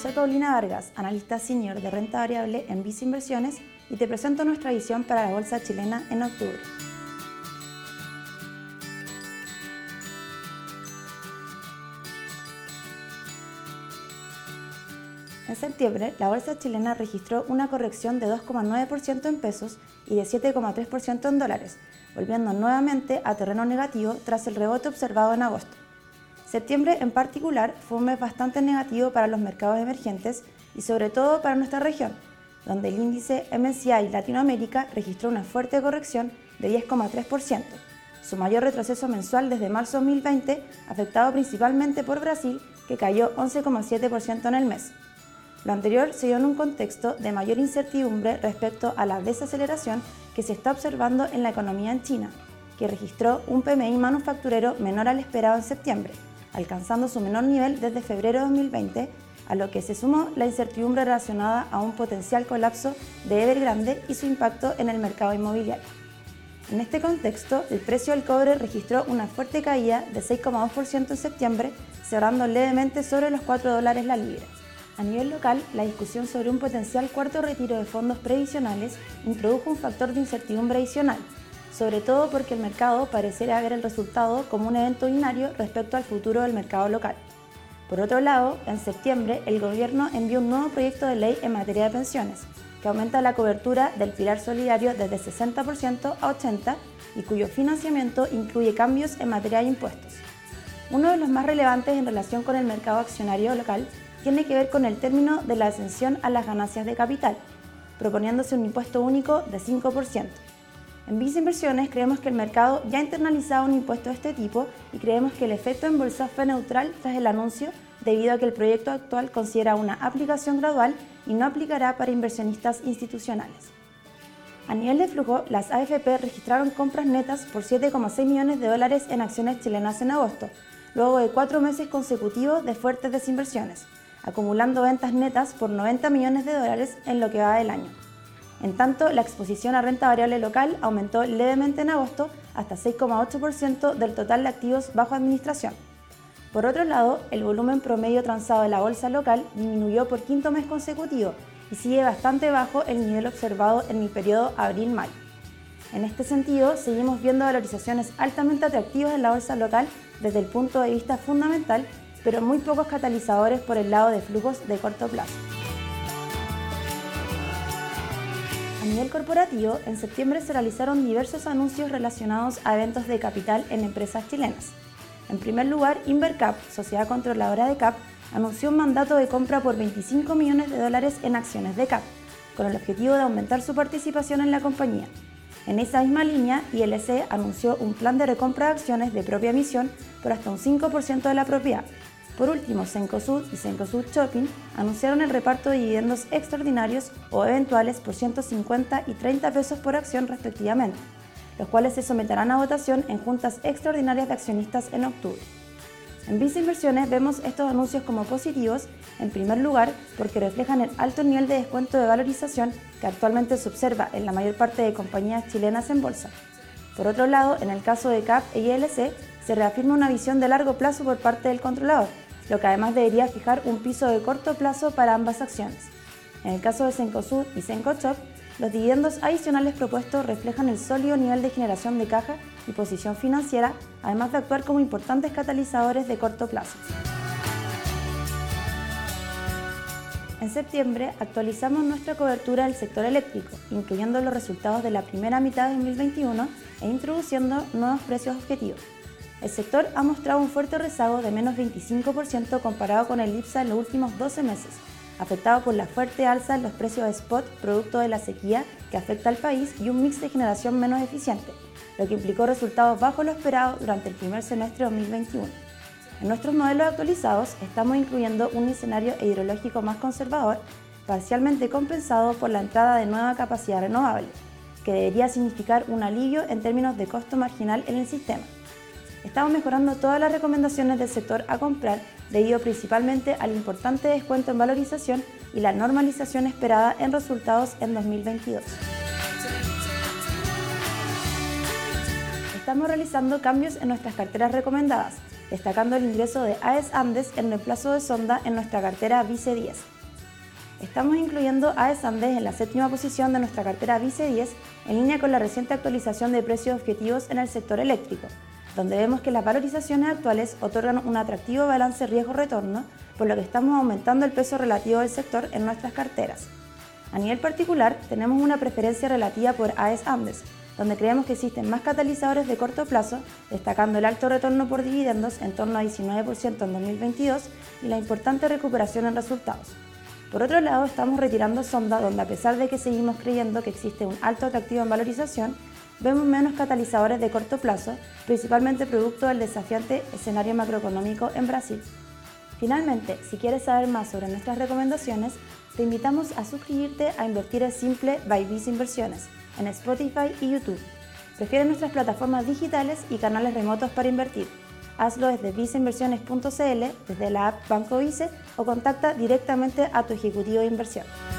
soy Paulina Vargas, analista senior de renta variable en Visa Inversiones y te presento nuestra visión para la bolsa chilena en octubre. En septiembre, la bolsa chilena registró una corrección de 2,9% en pesos y de 7,3% en dólares, volviendo nuevamente a terreno negativo tras el rebote observado en agosto. Septiembre en particular fue un mes bastante negativo para los mercados emergentes y sobre todo para nuestra región, donde el índice MSCI Latinoamérica registró una fuerte corrección de 10,3%, su mayor retroceso mensual desde marzo de 2020, afectado principalmente por Brasil, que cayó 11,7% en el mes. Lo anterior se dio en un contexto de mayor incertidumbre respecto a la desaceleración que se está observando en la economía en China, que registró un PMI manufacturero menor al esperado en septiembre, alcanzando su menor nivel desde febrero de 2020, a lo que se sumó la incertidumbre relacionada a un potencial colapso de Evergrande y su impacto en el mercado inmobiliario. En este contexto, el precio del cobre registró una fuerte caída de 6,2% en septiembre, cerrando levemente sobre los $4 la libra. A nivel local, la discusión sobre un potencial cuarto retiro de fondos previsionales introdujo un factor de incertidumbre adicional, sobre todo porque el mercado pareciera ver el resultado como un evento binario respecto al futuro del mercado local. Por otro lado, en septiembre, el gobierno envió un nuevo proyecto de ley en materia de pensiones, que aumenta la cobertura del pilar solidario desde 60% a 80% y cuyo financiamiento incluye cambios en materia de impuestos. Uno de los más relevantes en relación con el mercado accionario local tiene que ver con el término de la exención a las ganancias de capital, proponiéndose un impuesto único de 5%. En Visa Inversiones creemos que el mercado ya ha internalizado un impuesto de este tipo y creemos que el efecto en bolsa fue neutral tras el anuncio, debido a que el proyecto actual considera una aplicación gradual y no aplicará para inversionistas institucionales. A nivel de flujo, las AFP registraron compras netas por $7,6 millones en acciones chilenas en agosto, luego de 4 meses consecutivos de fuertes desinversiones, acumulando ventas netas por $90 millones en lo que va del año. En tanto, la exposición a renta variable local aumentó levemente en agosto hasta 6,8% del total de activos bajo administración. Por otro lado, el volumen promedio transado de la bolsa local disminuyó por 5º mes consecutivo y sigue bastante bajo el nivel observado en el periodo abril-mayo. En este sentido, seguimos viendo valorizaciones altamente atractivas en la bolsa local desde el punto de vista fundamental, pero muy pocos catalizadores por el lado de flujos de corto plazo. A nivel corporativo, en septiembre se realizaron diversos anuncios relacionados a eventos de capital en empresas chilenas. En primer lugar, Invercap, sociedad controladora de CAP, anunció un mandato de compra por $25 millones en acciones de CAP, con el objetivo de aumentar su participación en la compañía. En esa misma línea, ILC anunció un plan de recompra de acciones de propia emisión por hasta un 5% de la propiedad. Por último, Cencosud y Cencosud Shopping anunciaron el reparto de dividendos extraordinarios o eventuales por 150 y 30 pesos por acción respectivamente, los cuales se someterán a votación en juntas extraordinarias de accionistas en octubre. En Visa Inversiones vemos estos anuncios como positivos, en primer lugar porque reflejan el alto nivel de descuento de valorización que actualmente se observa en la mayor parte de compañías chilenas en bolsa. Por otro lado, en el caso de CAP e ILC, se reafirma una visión de largo plazo por parte del controlador, lo que además debería fijar un piso de corto plazo para ambas acciones. En el caso de Cencosud y Cencoshop, los dividendos adicionales propuestos reflejan el sólido nivel de generación de caja y posición financiera, además de actuar como importantes catalizadores de corto plazo. En septiembre actualizamos nuestra cobertura del sector eléctrico, incluyendo los resultados de la primera mitad de 2021 e introduciendo nuevos precios objetivos. El sector ha mostrado un fuerte rezago de menos 25% comparado con el IPSA en los últimos 12 meses, afectado por la fuerte alza en los precios de spot producto de la sequía que afecta al país y un mix de generación menos eficiente, lo que implicó resultados bajo lo esperado durante el primer semestre de 2021. En nuestros modelos actualizados estamos incluyendo un escenario hidrológico más conservador, parcialmente compensado por la entrada de nueva capacidad renovable, que debería significar un alivio en términos de costo marginal en el sistema. Estamos mejorando todas las recomendaciones del sector a comprar debido principalmente al importante descuento en valorización y la normalización esperada en resultados en 2022. Estamos realizando cambios en nuestras carteras recomendadas, destacando el ingreso de AES Andes en reemplazo de Sonda en nuestra cartera Vice 10. Estamos incluyendo AES Andes en la séptima posición de nuestra cartera Vice 10, en línea con la reciente actualización de precios objetivos en el sector eléctrico, donde vemos que las valorizaciones actuales otorgan un atractivo balance riesgo-retorno, por lo que estamos aumentando el peso relativo del sector en nuestras carteras. A nivel particular, tenemos una preferencia relativa por AES Andes, donde creemos que existen más catalizadores de corto plazo, destacando el alto retorno por dividendos en torno a 19% en 2022 y la importante recuperación en resultados. Por otro lado, estamos retirando Sonda, donde a pesar de que seguimos creyendo que existe un alto atractivo en valorización, vemos menos catalizadores de corto plazo, principalmente producto del desafiante escenario macroeconómico en Brasil. Finalmente, si quieres saber más sobre nuestras recomendaciones, te invitamos a suscribirte a Invertir es Simple by Vice Inversiones en Spotify y YouTube. Prefiere nuestras plataformas digitales y canales remotos para invertir. Hazlo desde viceinversiones.cl, desde la app Banco Vice o contacta directamente a tu ejecutivo de inversión.